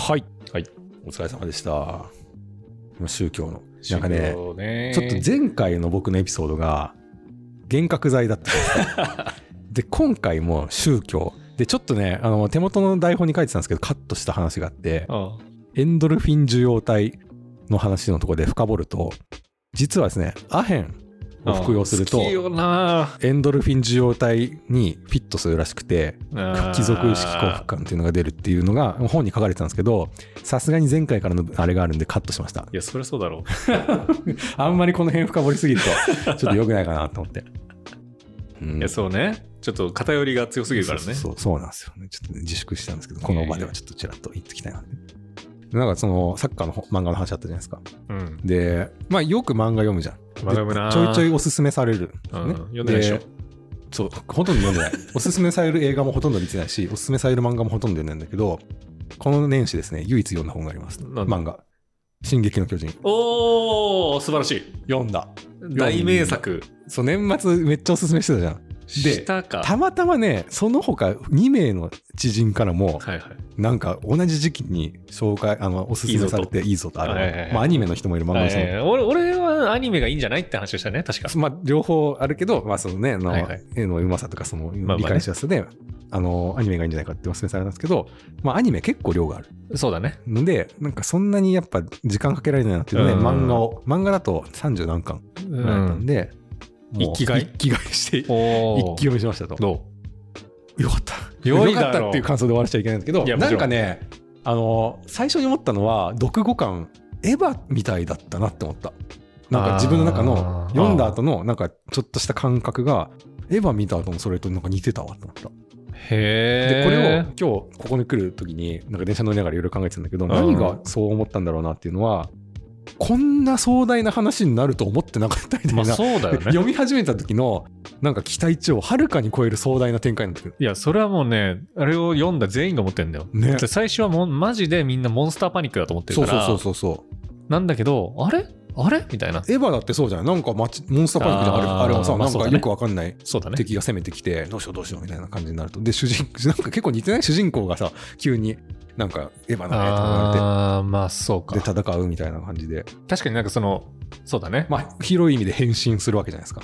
はい。 はい。 お疲れ様でした。宗教の。 なんかね、 ちょっと前回の僕のエピソードが幻覚剤だったんですかで、今回も宗教。で、ちょっとね、手元の台本に書いてたんですけど、カットした話があって、エンドルフィン受容体の話のところで深掘ると、実はですね、アヘンを服用するとエンドルフィン受容体にフィットするらしくて、貴族意識幸福感っていうのが出るっていうのが本に書かれてたんですけど、さすがに前回からのあれがあるんでカットしました。いや、そりゃそうだろう。 あんまりこの辺深掘りすぎるとちょっと良くないかなと思って。 いや、そうね。ちょっと偏りが強すぎるからね。 そうなんですよね。ちょっと、ね、自粛したんですけど、この場ではちょっとちらっと言ってきたいなって。なんかそのサッカーの漫画の話あったじゃないですか。うん、で、まあよく漫画読むじゃん。ちょいちょいおすすめされる、ね。 読んでないでしょ。 そう、ほとんど読んでない。おすすめされる映画もほとんど見てないし、おすすめされる漫画もほとんど読んでないんだけど、この年始ですね、唯一読んだ本があります。漫画。進撃の巨人。 おー、素晴らしい。 読んだ。 大名作。 そう、年末めっちゃおすすめしてたじゃん。で、たまたまね、その他2名の知人からも、はいはい、なんか同じ時期に紹介、おすすめされていいぞとある。まあアニメの人もいる、漫画の人も。 俺はアニメがいいんじゃないって話をしたね、確か。 まあ両方あるけど、まあそのね、絵のうまさとかその理解しやすさで、アニメがいいんじゃないかっておすすめされたんですけど、まあアニメ結構量がある。 そうだね。 ので、なんかそんなにやっぱ時間かけられないなっていうので、漫画だと30何巻ぐらいだったんで、 一気買いして一気読みしましたと。 どうよかったよかったっていう感想で終わらせちゃいけないんですけど、なんかね、最初に思ったのは読後感エヴァみたいだったなって思った。なんか自分の中の読んだ後のなんかちょっとした感覚がエヴァ見た後のそれとなんか似てたわって思った。 へでこれを今日ここに来る時になんか電車乗りながらいろいろ考えてたんだけど、何がそう思ったんだろうなっていうのは、こんな壮大な話になると思ってなかったみたいな、 そうだよね、 読み始めた時のなんか期待値をはるかに超える壮大な展開になってくる。 いや、それはもうね、あれを読んだ全員が思ってるんだよ、ね、最初はもうマジでみんなモンスターパニックだと思ってるから。そうなんだけど、あれみたいな。 エヴァだってそうじゃない。なんかモンスターパニックじゃあれはさ、なんかよくわかんない敵が攻めてきて、どうしようみたいな感じになると。で、なんか結構似てない？主人公がさ、急になんかエヴァだねとか言われて、 まあそうか。 で、戦うみたいな感じで。 確かになんかそうだね。 まあ、広い意味で変身するわけじゃないですか。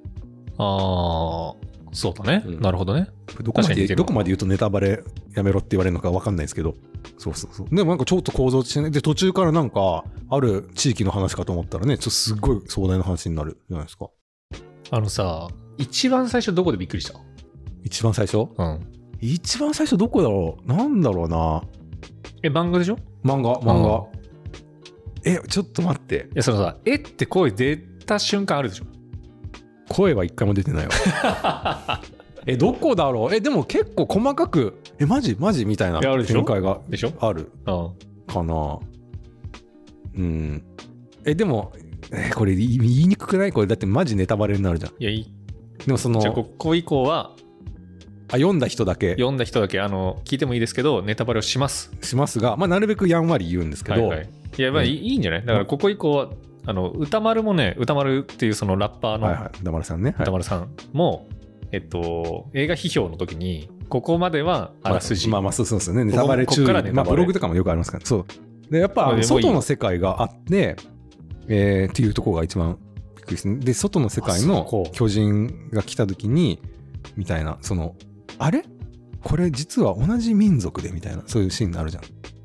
そうだね。なるほどね。 どこまで言うとネタバレやめろって言われるのか分かんないですけど、そう。でもなんかちょっと構造してね、で途中からなんかある地域の話かと思ったらね、ちょっとすごい壮大な話になるじゃないですか。 さ、一番最初どこでびっくりした？ 一番最初？ うん。 一番最初どこだろう？なんだろうな。 漫画でしょ？ 漫画。ちょっと待って。 いや、さ、って声出た瞬間あるでしょ？ 声は一回も出てないわ。どこだろう？でも結構細かく、マジみたいな展開があるかな。うん。でも、これ言いにくくない？これだってマジネタバレになるじゃん。 いや、いい。 でもじゃあここ以降は、 読んだ人だけ聞いてもいいですけど、ネタバレをしますが、まあなるべくやんわり言うんですけど、 いや、まあいいんじゃない？だからここ以降は歌丸もね、歌丸っていうそのラッパーの歌丸さんね、 歌丸さんも映画批評の時にここまではあらすじ、 まあそうですね、ネタバレ注意、まあブログとかもよくありますから、そうでやっぱ外の世界があってっていうところが一番びっくりですね。で外の世界の巨人が来た時にみたいな、あれこれ実は同じ民族でみたいな、そういうシーンがあるじゃん。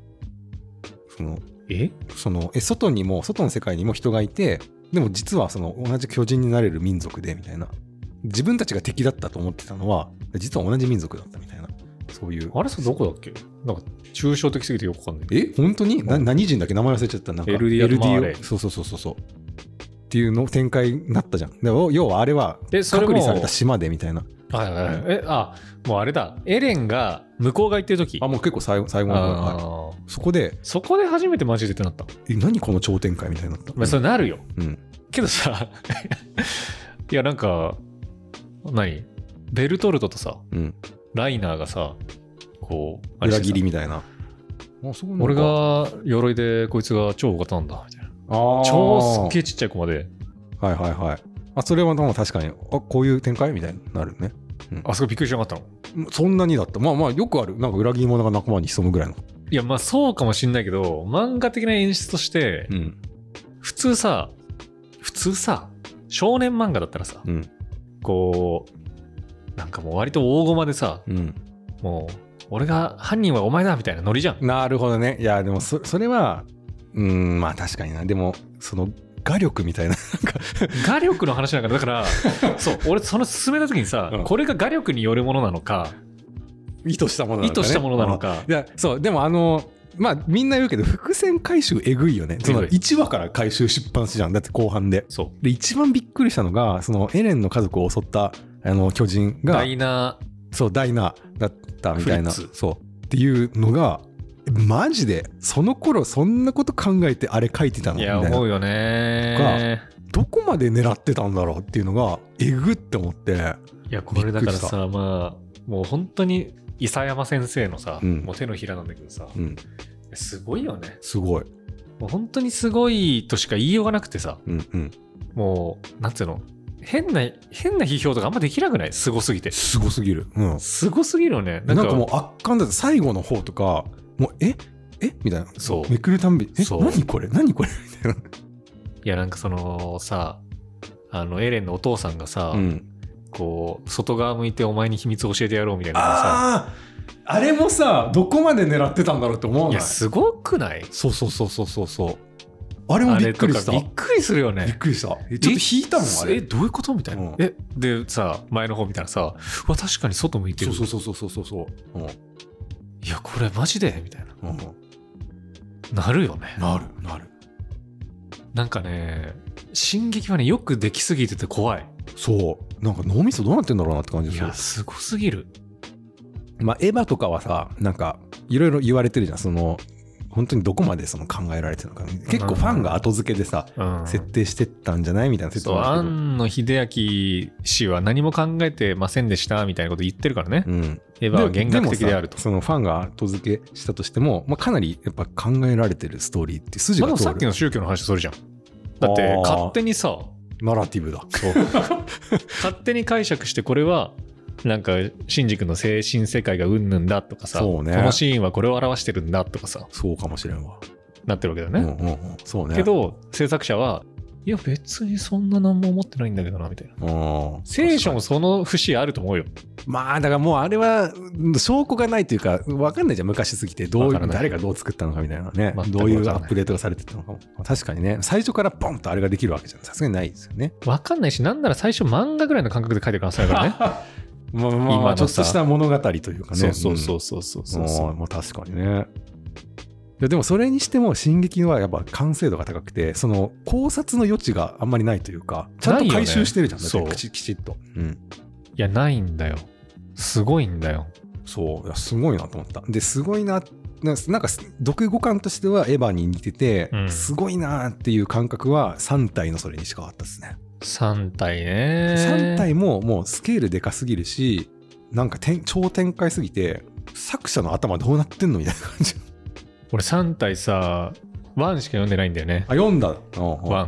外の世界にも人がいて、でも実は同じ巨人になれる民族でみたいな、自分たちが敵だったと思ってたのは実は同じ民族だったみたいな、そういう。 あれどこだっけ？なんか抽象的すぎてよくわかんない。 本当に？何人だっけ？名前忘れちゃった。なんか LDO そうっていうの展開になったじゃん。でも要はあれは隔離された島でみたいな。 もうあれだ、エレンが向こうが行ってる時、 もう結構最後のそこで初めてマジでってなった。 何この超展開みたいになった。 それなるよ、けどさいやなんかベルトルトとさ、ライナーがさこう裏切りみたいな、 俺が鎧でこいつが超大型なんだみたいな、超すっげえちっちゃい子まで、 それは確かにこういう展開みたいになるね。 あそこびっくりしなかったの？ そんなにだった。まあよくある、なんか裏切り者が仲間に潜むぐらいの。 いやまあそうかもしんないけど、漫画的な演出として、うん、普通さ少年漫画だったらさ、うん、こうなんかもう割と大駒でさ、うん、もう俺が犯人はお前だみたいなノリじゃん。 なるほどね。いやでもそれはまあ確かにな。でもその画力みたいな画力の話なんかだからそう俺その進めた時にさ、うん、これが画力によるものなのか意図したものなのか、ね、 意図したものなのか。 いやそうでもまあみんな言うけど伏線回収えぐいよね。その1話から回収出版しじゃん。だって後半で。 そうで一番びっくりしたのがそのエレンの家族を襲った巨人がダイナーだったみたいなそうっていうのがマジでその頃そんなこと考えてあれ書いてたのみたいな。 いや思うよね。 どこまで狙ってたんだろうっていうのがえぐって思って。 いやこれだからさまあもう本当に伊佐山先生のさ、うん、もう手のひらなんだけどさ、うん、すごいよね。 すごい。 もう本当にすごいとしか言いようがなくてさ、うんうん、もうなんつうの変な批評とかあんまできなくない？すごすぎて。 すごすぎる。うん。 すごすぎるよね。 なんかもう圧巻だって最後の方とかもうみたいな。そう。めくるたんび何これみたいな。いやなんかそのさエレンのお父さんがさ、うん、こう外側向いてお前に秘密を教えてやろうみたいなさ。 あれもさどこまで狙ってたんだろうって思わない？いやすごくない？ そうあれもびっくりした。 びっくりするよね。 びっくりした。ちょっと引いたもんあれ。 どういうことみたいな、うん、でさ前の方見たらさ確かに外向いてる。 そう、うん、いやこれマジでみたいな、うん、なるよね。 なるなんかね進撃はねよくできすぎてて怖い。 そうなんか脳みそどうなってんだろうなって感じですよ。 いやすごすぎる。 まあエヴァとかはさなんかいろいろ言われてるじゃん。その本当にどこまでその考えられてるのか、結構ファンが後付けでさ、うん、設定してったんじゃないみたいな説もあるけど、庵野秀明氏は何も考えてませんでしたみたいなこと言ってるからね、うん、エヴァは幻覚的であると。 そのファンが後付けしたとしても、まあ、かなりやっぱ考えられてるストーリーって筋が通る。 まあ、さっきの宗教の話それじゃん。だって勝手にさナラティブだ勝手に解釈してこれはなんかシンジ君の精神世界がうんぬんだとかさ、そう、ね、このシーンはこれを表してるんだとかさ、 そうかもしれんわなってるわけだよね、 うんうんうん、そうね。 けど制作者はいや別にそんな何も思ってないんだけどなみたいな。聖書もその節あると思うよ。 まあだからもうあれは証拠がないというか分かんないじゃん。昔すぎて誰がどう作ったのかみたいなね、どういうアップデートがされてたのかも。確かにね最初からボンとあれができるわけじゃさすがにないですよね。 分かんないし、なんなら最初漫画ぐらいの感覚で書いてる可能性あるからねまあちょっとした物語というかね。 そう、 もう確かにね。いやでもそれにしても進撃はやっぱ完成度が高くて、その考察の余地があんまりないというか、ちゃんと回収してるじゃん、ね、きちっと、うん、 いやないんだよ。すごいんだよ。 そういやすごいなと思った。ですごいな、なんか読後感としてはエヴァに似てて、うん、すごいなっていう感覚は3体のそれにしかあったですね。 3体ね。 3体ももうスケールでかすぎるし、なんか超展開すぎて作者の頭どうなってんのみたいな感じ。 俺3体さ1しか読んでないんだよね。 あ読んだ。 1 2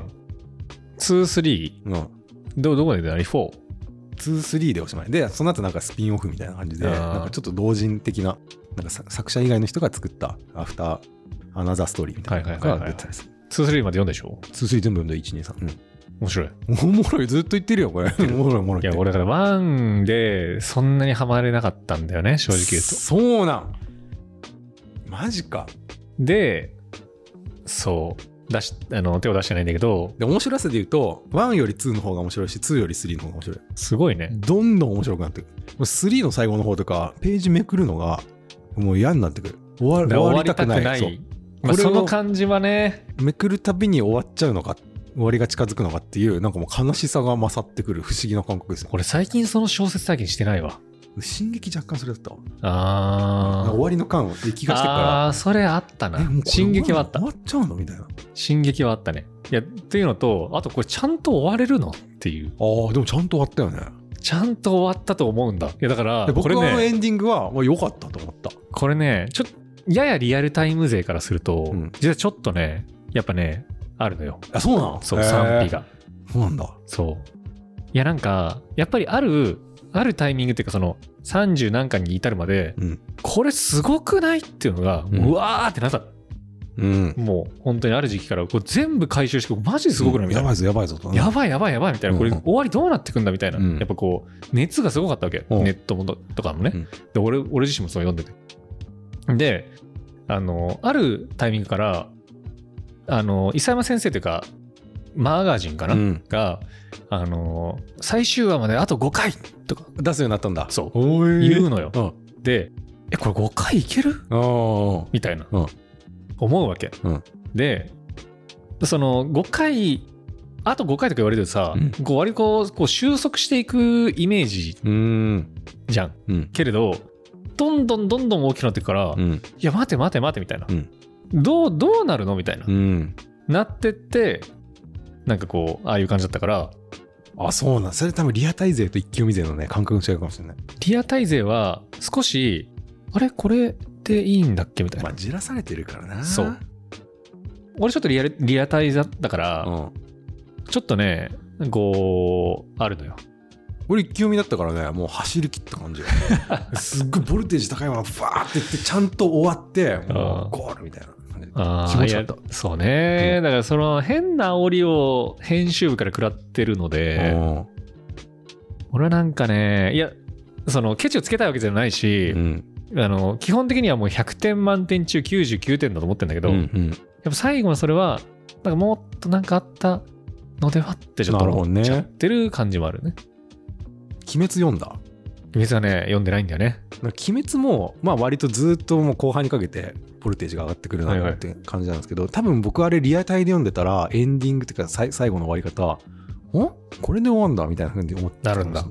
3、うん、どこで出たの 4 2、3でおしまいで、その後なんかスピンオフみたいな感じで、なんかちょっと同人的な、なんか作者以外の人が作ったアフターアナザーストーリーみたいなのが出てたりする。 2、3まで読んでしょ。 2、3全部読んで1、2、3。うん。 面白い。 おもろい、ずっと言ってるよ、これ。おもろい、おもろい。 いや、俺だから1でそんなにハマれなかったんだよね、正直言うと。 そうなん。マジか。 で、そう。手を出してないんだけど、 で面白さで言うと1より2の方が面白いし2より3の方が面白い。 すごいね。 どんどん面白くなってくる。3の最後の方とかページめくるのがもう嫌になってくる。終わりたくない。そう、 まあ、その感じはね、 めくるたびに終わっちゃうのか終わりが近づくのかっていう、なんかもう悲しさが勝ってくる不思議な感覚ですね。 これ最近その小説体験してないわ。 進撃若干それだったわ。 終わりの感を気がしてから。 それあったな。進撃はあった。 終わっちゃうのみたいな。 進撃はあったね。いやっていうのと、あとこれちゃんと終われるのっていう。 でもちゃんと終わったよね。 ちゃんと終わったと思うんだ。いやだから僕はエンディングは良かったと思った。 これね、ちょっとややリアルタイム勢からすると、実はちょっとね、やっぱねあるのよ。 そうなの？ そう、賛否が。 そうなんだ。 そう。いやなんかやっぱりあるあるタイミングっていうかその30何巻に至るまで、これすごくないっていうのが、うわーってなった。もう本当にある時期からこれ全部回収してマジですごくないみたいな、 やばいぞやばいみたいな、これ終わりどうなってくんだみたいな、やっぱこう熱がすごかったわけ、ネットとかもね、で俺自身もそう読んでて、であるタイミングから伊佐山先生というかマガジンかな、が最終話まであと5回とか出すようになったんだ。 そう言うのよ、でこれ5回いけるみたいな、思うわけ、でその5回あと5回とか言われるとさ、こう割とこう収束していくイメージじゃん、けれどどんどん大きくなっていくから、いや待てみたいな、どうなるのみたいな、なってってなんかこうああいう感じだったから。 あ、そうなん。それ多分リアタイ勢と一気読み勢のね感覚が違うかもしれない。 リアタイ勢は少しあれこれでいいんだっけみたいな。 まあじらされてるからな。 そう。俺ちょっとリアタイだったから、ちょっとねこうあるのよ。 俺一気読みだったからね、もう走り切った感じすっごいボルテージ高いままファーっていってちゃんと終わってもうゴールみたいな。気持ちよかった。 そうね、だからその変な煽りを編集部から食らってるので、俺はなんかね、いやそのケチをつけたいわけじゃないし、基本的にはもう100点満点中99点だと思ってるんだけど、やっぱ最後のそれはなんかもっとなんかあったのではってちょっと思っちゃってる感じもあるね。 鬼滅読んだ？ 鬼滅はね読んでないんだよね。 鬼滅もまあ割とずっともう後半にかけてボルテージが上がってくるなって感じなんですけど、多分僕あれリアタイで読んでたらエンディングっていうか最後の終わり方、これで終わんだみたいな風に思ってなるんだ。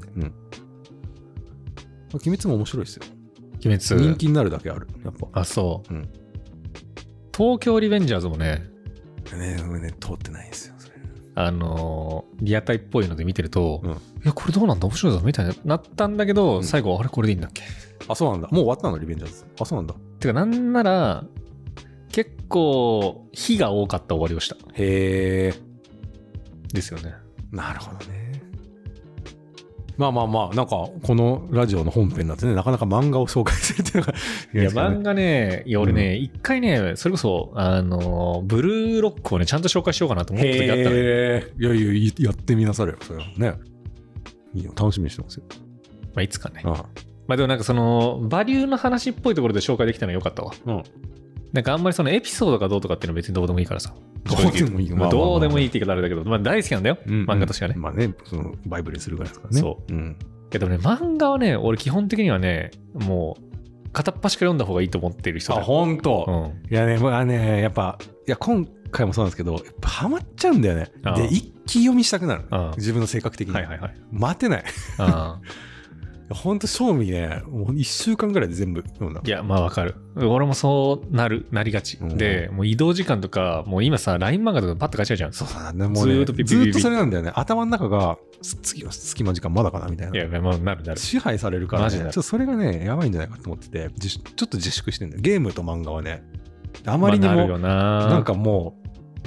鬼滅も面白いですよ。 鬼滅人気になるだけあるやっぱ。 あ、そう。東京リベンジャーズもね通ってないんですよ。 リアタイっぽいので見てると、いやこれどうなんだ面白いぞみたいになったんだけど、最後あれこれでいいんだっけ。 あ、そうなんだ。もう終わったのリベンジャーズ。あ、そうなんだ。 てかなんなら結構火が多かった終わりをした。 へえ。ですよね。 なるほどね。まあなんかこのラジオの本編だってね、なかなか漫画を紹介するっていうのがいや漫画ね、いや俺ね一回ねそれこそブルーロックをねちゃんと紹介しようかなと思った時あったのよ。 いややってみなされよそれはね。いいよ、楽しみにしてますよ。 まあいつかね。まあでもなんかそのバリューの話っぽいところで紹介できたのはよかったわ。なんかあんまりそのエピソードがどうとかっていうのは別にどうでもいいからさ。 どうでもいい。 どうでもいいって言い方あれだけど、まあ大好きなんだよ、漫画としてはね。 まあね、そのバイブルにするぐらいですからね。 そう。けどね、漫画はね、俺基本的にはね、もう片っ端から読んだ方がいいと思ってる人だ。 あ、ほんと。いやね、やっぱ、いや今回もそうなんですけど、やっぱハマっちゃうんだよね。で、一気読みしたくなる。自分の性格的に。待てない。ほんと賞味ね、もう1週間ぐらいで全部読んだ。 いやまあわかる。俺もそうなりがち、でもう移動時間とかもう今さ LINE 漫画とかパッと買っちゃうじゃん。 そうだね、もうね、ずっとそれなんだよね。頭の中が次は隙間時間まだかなみたいな。 いやまあなる支配されるから、ね、ちょっとそれがねやばいんじゃないかと思ってて、ちょっと自粛してんだよ。ゲームと漫画はねあまりにもなんかもう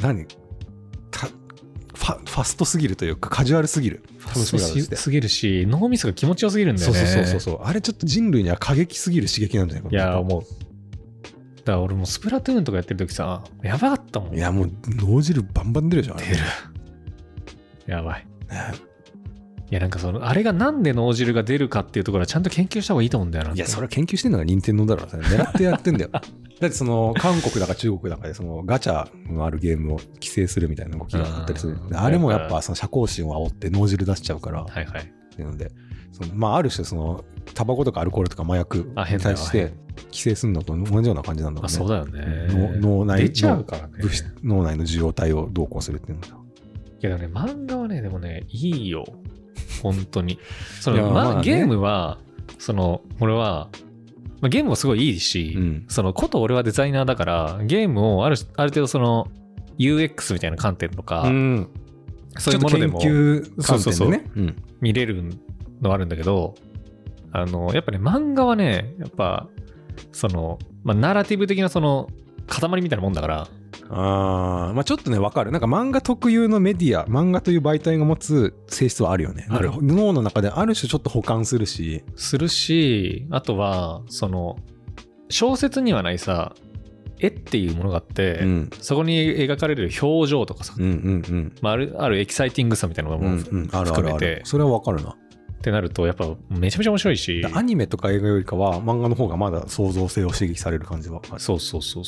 ファストすぎるというかカジュアルすぎる。 楽しみ方すぎるし脳みそが気持ちよすぎるんだよね。 そうあれちょっと人類には過激すぎる刺激なんじゃないかな。 いや思う。だから俺もスプラトゥーンとかやってる時さやばかったもん。 いやもう脳汁バンバン出るじゃん。 出る。やばい。いやなんかそのあれがなんで脳汁が出るかっていうところはちゃんと研究した方がいいと思うんだよな。 いやそれは研究してんのが任天堂だからさ、狙ってやってんだよ。だってその韓国だか中国だかでそのガチャのあるゲームを規制するみたいな動きがあったりする。あれもやっぱその社交心を煽って脳汁出しちゃうから。なのでまあある種そのタバコとかアルコールとか麻薬に対して規制するのと同じような感じなんだろうね。 そうだよね。 脳内出ちゃうからね。 脳内の受容体をどうこうするっていうのだ。 いやでもね漫画はねでもねいいよ本当に。そのゲームはその俺はゲームもすごいいいし、そのこと俺はデザイナーだからゲームをある程度その UX みたいな観点とか、そういうものでも研究観点でね見れるのあるんだけど、やっぱね漫画はねやっぱそのナラティブ的なその塊みたいなもんだから、 まあちょっとね分かる。なんか漫画特有のメディア、漫画という媒体が持つ性質はあるよね。 ある。 脳の中である種ちょっと補完するし、 あとはその小説にはないさ、絵っていうものがあって、そこに描かれる表情とかさ、まあ、あるエキサイティングさみたいなものも含めて、 それは分かるなってなるとやっぱめちゃめちゃ面白いし、 アニメとか映画よりかは漫画の方がまだ創造性を刺激される感じはある。 そう。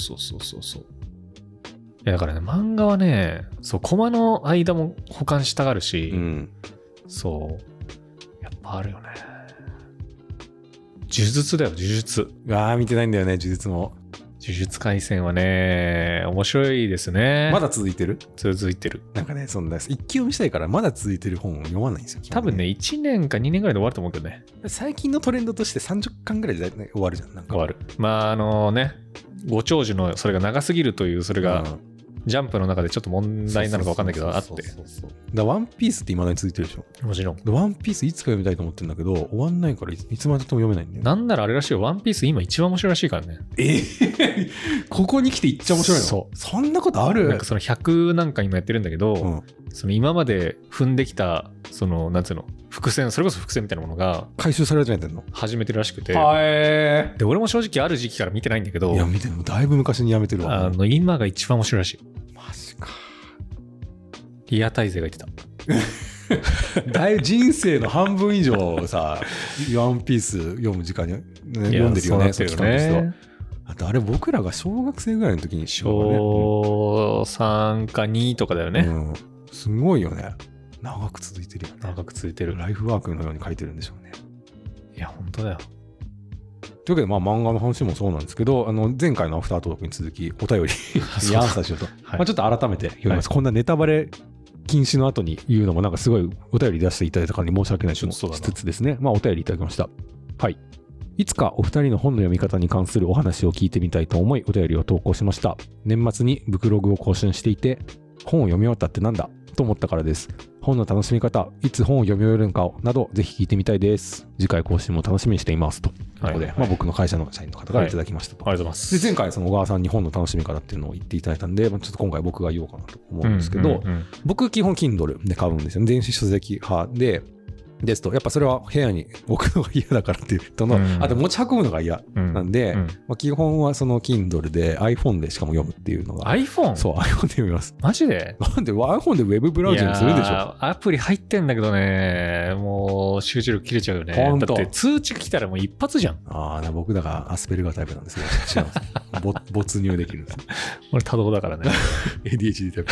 いやだからね、漫画はね、そうコマの間も補完したがるし、そうやっぱあるよね。呪術だよ、呪術。 見てないんだよね、呪術も。 呪術廻戦はね、面白いですね。 まだ続いてる？ 続いてる。 なんかね、そんな一気読みしたいからまだ続いてる本を読まないんですよ。 多分ね、1年か2年ぐらいで終わると思うけどね。 最近のトレンドとして30巻ぐらいで終わるじゃん。なんか終わる。まあね、ご長寿のそれが長すぎるという、それが、ジャンプの中でちょっと問題なのか分かんないけど、あって。 ワンピースって未だに続いてるでしょ。 もちろん。 ワンピースいつか読みたいと思ってるんだけど、終わんないからいつまでとも読めないんだよ。 なんならあれらしいよ、ワンピース今一番面白いらしいからね。 ここに来ていっちゃ面白いの？そんなことある？ なんかその100何回今やってるんだけど、その今まで踏んできた、その、なんつうの、伏線、それこそ伏線みたいなものが、 回収されちゃってんの？ 始めてるらしくて。で、俺も正直ある時期から見てないんだけど、 いや、見てる。だいぶ昔にやめてるわ。 今が一番面白いらしい。 マジか。 リアタイ勢が言ってた。だいぶ人生の半分以上さ、ワンピース読む時間に、読んでるよね、そういうね。あとあれ僕らが小学生ぐらいの時に、 小3か2とかだよね。 すごいよね。長く続いてるよね。 長く続いてる。 ライフワークのように書いてるんでしょうね。 いや、本当だよ。 というわけで、まあ漫画の話もそうなんですけど、前回のアフタートークに続き、お便りにアンサーしようと。まあちょっと改めて読みます。こんなネタバレ禁止の後に言うのもなんかすごいお便り出していただいた感じ申し訳ないしつつですね。まあお便りいただきました。はい。いつかお二人の本の読み方に関するお話を聞いてみたいと思いお便りを投稿しました。年末にブクログを更新していて、本を読み終わったってなんだと思ったからです。本の楽しみ方、いつ本を読み終えるのかなどぜひ聞いてみたいです。次回更新も楽しみにしていますと。ここで、まあ僕の会社の社員の方からいただきましたと。 ありがとうございます。 で前回その小川さんに本の楽しみ方っていうのを言っていただいたんで、ちょっと今回僕が言おうかなと思うんですけど、僕基本 Kindle で買うんですよね。電子書籍派ですと、やっぱそれは部屋に置くのが嫌だからっていうとあと持ち運ぶのが嫌なんで、基本はその Kindle で iPhone でしかも読むっていうのが。 iPhone？ そう、iPhone で読みます。 マジで？ なんで iPhone でウェブブラウジングするでしょ。 アプリ入ってんだけどね、もう集中力切れちゃうよね。だって通知来たらもう一発じゃん。僕だからアスペルガータイプなんですよ。違うんです没入できるんです。 俺多動だからね。 ADHD タイプ。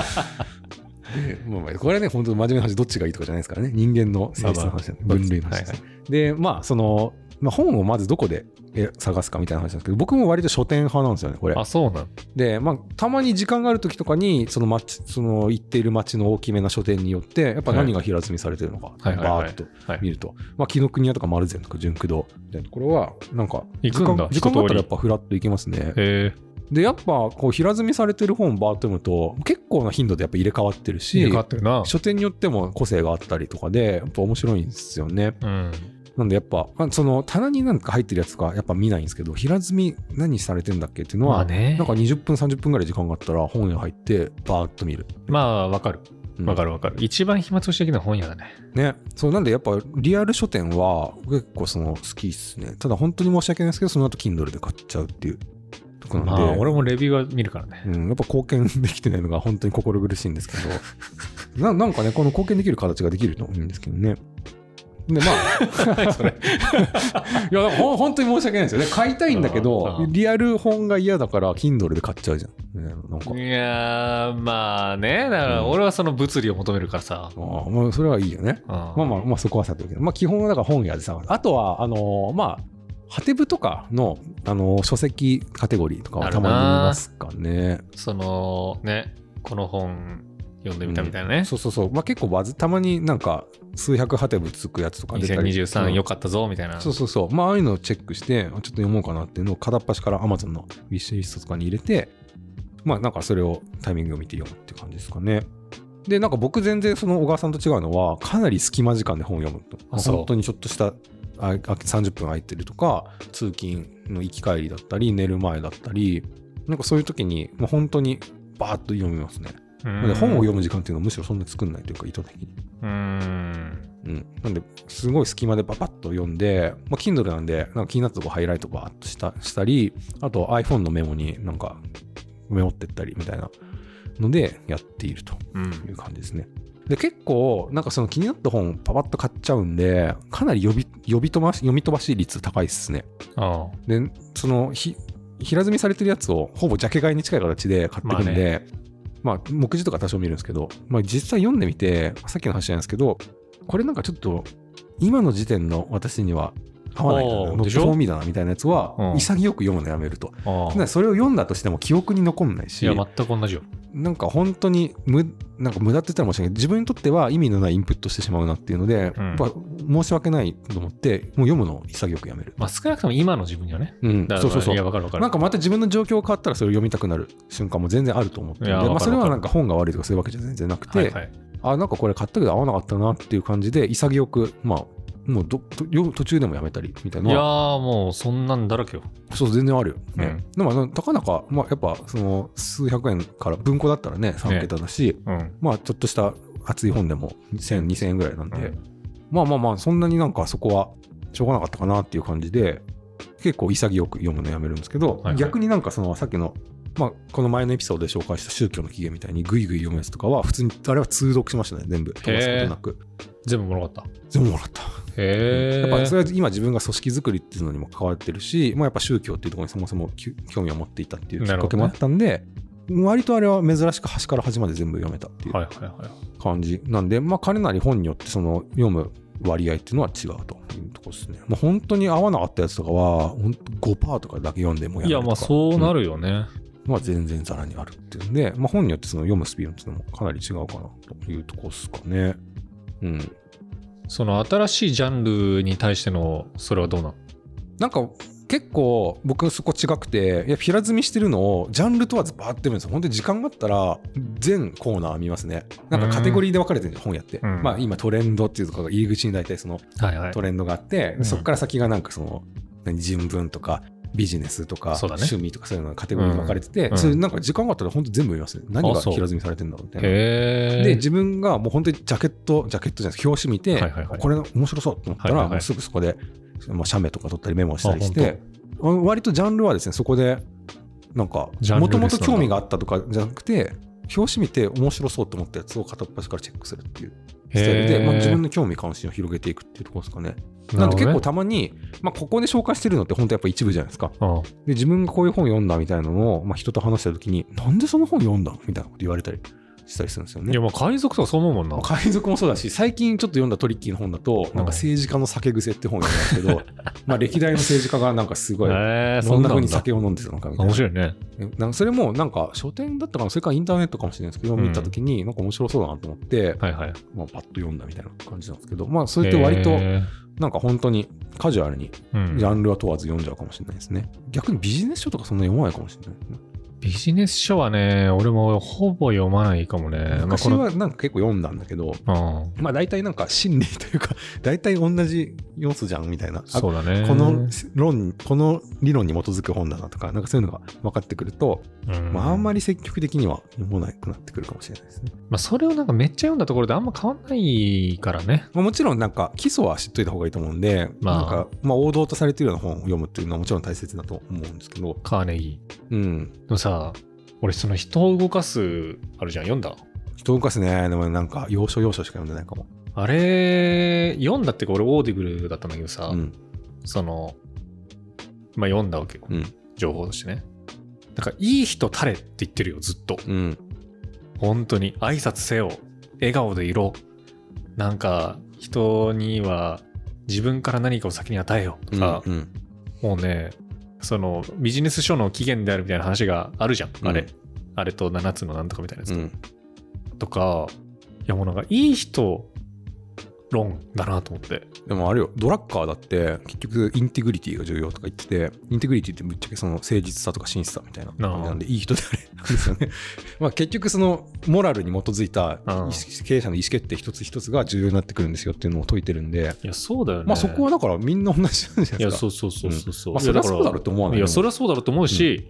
これはね、本当に真面目な話、どっちがいいとかじゃないですからね。人間の性質の話なんで、分類の話です。で、本をまずどこで探すかみたいな話なんですけど、僕も割と書店派なんですよね、これ。 あ、そうなんで、たまに時間がある時とかに、その行っている街の大きめな書店によって、やっぱ何が平積みされてるのか、バーッと見ると。紀ノ国屋とか丸善とか純駆動みたいなところは、なんか、時間があったらやっぱフラッと行けますね。でやっぱこう平積みされてる本バーッと読むと結構な頻度でやっぱ入れ替わってるし、書店によっても個性があったりとかでやっぱ面白いんですよね。なんでやっぱその棚になんか入ってるやつとかやっぱ見ないんですけど、平積み何されてんだっけっていうのは、なんか20分30分ぐらい時間があったら本屋入ってバーッと見る。 わかる。わかる。一番暇つぶし的な本屋だね。 そうなんでやっぱリアル書店は結構好きっすね。ただ本当に申し訳ないですけど、その後 Kindle で買っちゃうっていう。 俺もレビューは見るからね。 やっぱ貢献できてないのが本当に心苦しいんですけどなんかね、この貢献できる形ができると思うんですけどね。でそれいや本当に申し訳ないですよね。買いたいんだけどリアル本が嫌だから Kindle で買っちゃうじゃん。なんかいやまあね、だから俺はその物理を求めるからさ。 それはいいよね。そこはさておき、基本はだから本屋でさ、あとはハテブとかの、書籍カテゴリーとかはたまに見ますかね。 そのね、この本読んでみたみたいなね。 そう。結構たまになんか数百ハテブつくやつとか出たり。 2023良かったぞみたいな。 そう。ああいうのをチェックして、ちょっと読もうかなっていうのを片っ端から Amazon のウィッシュリストとかに入れて、なんかそれをタイミングを見て読むっていう感じですかね。で、なんか僕全然その小川さんと違うのは、かなり隙間時間で本を読むと。本当にちょっとした30分空いてるとか、通勤の行き帰りだったり寝る前だったりなんかそういう時に、まあ、本当にバーッと読みますね。で本を読む時間っていうのはむしろそんなに作んないというか意図的に。なんですごい隙間でパパッと読んで、まあ、Kindle なんでなんか気になったとこハイライトバーッとしたり、あと iPhone のメモになんかメモってったりみたいなのでやっているという感じですね。で結構なんかその気になった本パパッと買っちゃうんで、かなり読み飛ばし率高いですね。でその平積みされてるやつをほぼジャケ買いに近い形で買ってくんで、まあ目次とか多少見るんですけど、まあ実際読んでみてさっきの話なんですけど、これなんかちょっと今の時点の私には合わないかな、ノットフォーミーだなみたいなやつは潔く読むのやめると。それを読んだとしても記憶に残んないし、 いや全く同じよ。 なんか本当になんか無駄って言ったら申し訳ないけど、自分にとっては意味のないインプットしてしまうなっていうので、やっぱ申し訳ないと思ってもう読むのを潔くやめる。 まあ少なくとも今の自分にはね。 そう。 いや分かる分かる。 なんかまた自分の状況が変わったらそれを読みたくなる瞬間も全然あると思ってるんで、まあそれはなんか本が悪いとかそういうわけじゃ全然なくて、なんかこれ買ったけど合わなかったなっていう感じで潔くまあもう途中でもやめたりみたいな。 いやーもうそんなんだらけよ。 そう全然あるよね。でもたかなかまあやっぱその数百円から文庫だったらね3桁だし、まあちょっとした厚い本でも2000円ぐらいなんで、まあそんなになんかそこはしょうがなかったかなっていう感じで結構潔く読むのやめるんですけど、逆になんかそのさっきのまあこの前のエピソードで紹介した宗教の起源みたいにグイグイ読むやつとかは普通にあれは通読しましたね。全部飛ばすことなく全部もらった。 全部もらった。やっぱそれは今自分が組織作りっていうのにも関わってるし、まあ、やっぱ宗教っていうところにそもそも興味を持っていたっていうきっかけもあったんで、割とあれは珍しく端から端まで全部読めたっていう感じなんで、まあ彼なり本によってその読む割合っていうのは違うというところですね。まあ、本当に合わなかったやつとかは本当 5% とかだけ読んでもやめるとか。いやまあそうなるよね。 まあ全然ざらにあるっていうんで、まあ本によってその読むスピードっていうのもかなり違うかなというところですかね。 その新しいジャンルに対してのそれはどうなんか結構僕そこ違くて、いや平積みしてるのをジャンル問わずバーって読むんですよ。本当に時間があったら全コーナー見ますね。なんかカテゴリーで分かれてるんですよ本やって、まあ今トレンドっていうところが入り口に大体そのトレンドがあって、そこから先がなんかその人文とかビジネスとか趣味とかそういうのがカテゴリーに分かれてて、それなんか時間があったら本当全部見ますね。何が平積みされてるんだろうみたいな。で自分がもう本当にジャケットじゃないです表紙見て、これ面白そうと思ったらもうすぐそこで写メとか撮ったりメモしたりして、割とジャンルはですねそこでなんかもともと興味があったとかじゃなくて、表紙見て面白そうと思ったやつを片っ端からチェックするっていうスタイルで、まあ、自分の興味関心を広げていくっていうところですかね。なんで結構たまに、まあ、ここで紹介してるのって本当やっぱ一部じゃないですか。で自分がこういう本読んだみたいなのを、まあ、人と話した時になんでその本読んだのみたいなこと言われたりしたりするんですよね。 いやまあ海賊とかそう思うもんな。 海賊もそうだし、最近ちょっと読んだトリッキーの本だと、なんか政治家の酒癖って本読んだんですけど、まあ歴代の政治家がなんかすごい、どんな風に酒を飲んでたのかみたいな。 面白いね。 なんかそれもなんか書店だったかな、それからインターネットかもしれないですけど、見た時になんか面白そうだなと思って、まあパッと読んだみたいな感じなんですけど、まあそれって割となんか本当にカジュアルにジャンルは問わず読んじゃうかもしれないですね。逆にビジネス書とかそんな読まないかもしれないですね。 ビジネス書はね、俺もほぼ読まないかもね。 昔はなんか結構読んだんだけど、まあ大体なんか心理というか、大体同じ要素じゃんみたいな。 そうだね。 この理論に基づく本だなとか、なんかそういうのが分かってくると、まああんまり積極的には読まなくなってくるかもしれないですね。 まあそれをなんかめっちゃ読んだところであんま変わんないからね。 もちろんなんか基礎は知っといた方がいいと思うんで、なんかまあ王道とされているような本を読むっていうのはもちろん大切だと思うんですけど。 カーネギー。でもさ、俺その人を動かすあるじゃん、読んだ？ 人を動かすね。でもなんか要所しか読んでないかも。 あれ読んだってか俺オーディブルだったんだけどさ、そのまあ読んだわけよ、情報としてね。なんかいい人たれって言ってるよずっと、本当に挨拶せよ、笑顔でいろ、なんか人には自分から何かを先に与えよとか、もうね、そのビジネス書の起源であるみたいな話があるじゃん、あれと7つのなんとかみたいなやつ、とか、いやもうなんかいい人論だなと思って。でもあれよ、ドラッカーだって結局インテグリティが重要とか言ってて、インテグリティってぶっちゃけその誠実さとか真摯さみたいな感じなんで、いい人であれなんですよね。まあ結局そのモラルに基づいた経営者の意思決定一つ一つが重要になってくるんですよっていうのを説いてるんで。 いやそうだよね。 まあそこはだからみんな同じなんじゃないですか。 いやそう、 まあそれはそうだろうと思わない。 いやそれはそうだろうと思うし、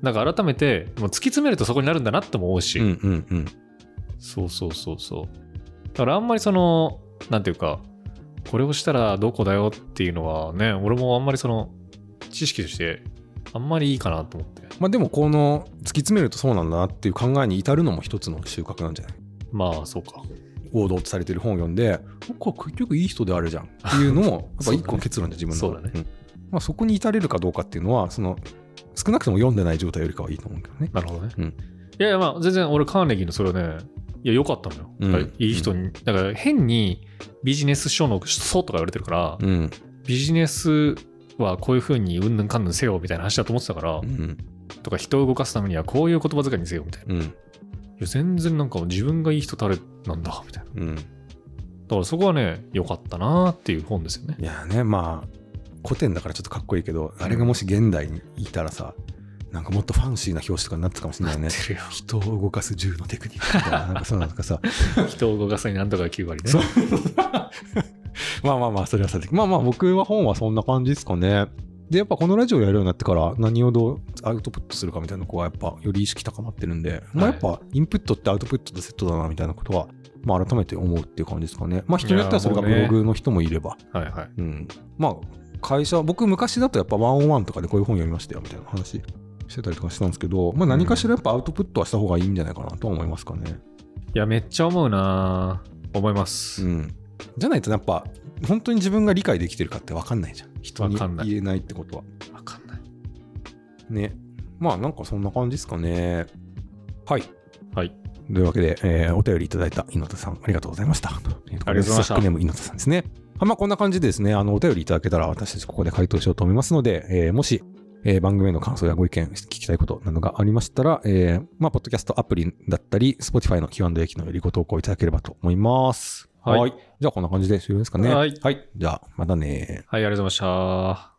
なんか改めてもう突き詰めるとそこになるんだなっても思うし、 うんうんうん、 そうそうそうそう。だからあんまりそのなんていうかこれをしたらどこだよっていうのはね、俺もあんまりその知識としてあんまりいいかなと思って。 まあでもこの突き詰めるとそうなんだなっていう考えに至るのも一つの収穫なんじゃない？ まあそうか。 王道とされてる本を読んで、これ結局いい人であるじゃんっていうのもやっぱ一個の結論で自分の。 そうだね。 まあそこに至れるかどうかっていうのはその少なくとも読んでない状態よりかはいいと思うけどね。 なるほどね。うん、いやいやまあ全然俺カーネギーのそれはね、いや良かったのよ。うん、いい人に、だから変にビジネス書の書とか言われてるから、うん、ビジネスはこういう風にうんぬんかんぬんせよみたいな話だと思ってたから、うん、とか人を動かすためにはこういう言葉遣いにせよみたいな。うん、いや全然なんか自分がいい人誰なんだみたいな。うん、だからそこはね良かったなっていう本ですよね。 いやね、まあ古典だからちょっとかっこいいけど、あれがもし現代にいたらさ、なんかもっとファンシーな表紙とかになってたかもしれないよね。人を動かす10のテクニックみたいな、なんかそうなんかさ、 人を動かすになんとか9割ね。 まあまあまあ、それはさて、まあまあ僕は本はそんな感じですかね。で、やっぱこのラジオやるようになってから何をどうアウトプットするかみたいなのはやっぱより意識高まってるんで、まあやっぱインプットってアウトプットとセットだなみたいなことは、まあ改めて思うっていう感じですかね。まあ人によってはそれがブログの人もいれば。はいはい。うん。まあ会社、僕昔だとやっぱワンオンワンとかでこういう本読みましたよみたいな話してたりとかしたんですけど、まあ何かしらやっぱアウトプットはした方がいいんじゃないかなとは思いますかね。 いやめっちゃ思うな、思います。 うん。じゃないとやっぱ本当に自分が理解できてるかって分かんないじゃん。人に言えないってことは。 分かんない。 ね。まあなんかそんな感じですかね。はい。 はい。 というわけで、お便りいただいた猪田さんありがとうございました。ありがとうございました。 スタックネーム猪田さんですね。まあこんな感じでですね、お便りいただけたら私たちここで回答しようと思いますので、もし、番組への感想やご意見、聞きたいことなどがありましたら、まあポッドキャストアプリだったり、Spotify の Q&A 機能よりご投稿いただければと思います。はい。じゃあこんな感じで終了ですかね。はい。はい。じゃあまたね。 はい、ありがとうございました。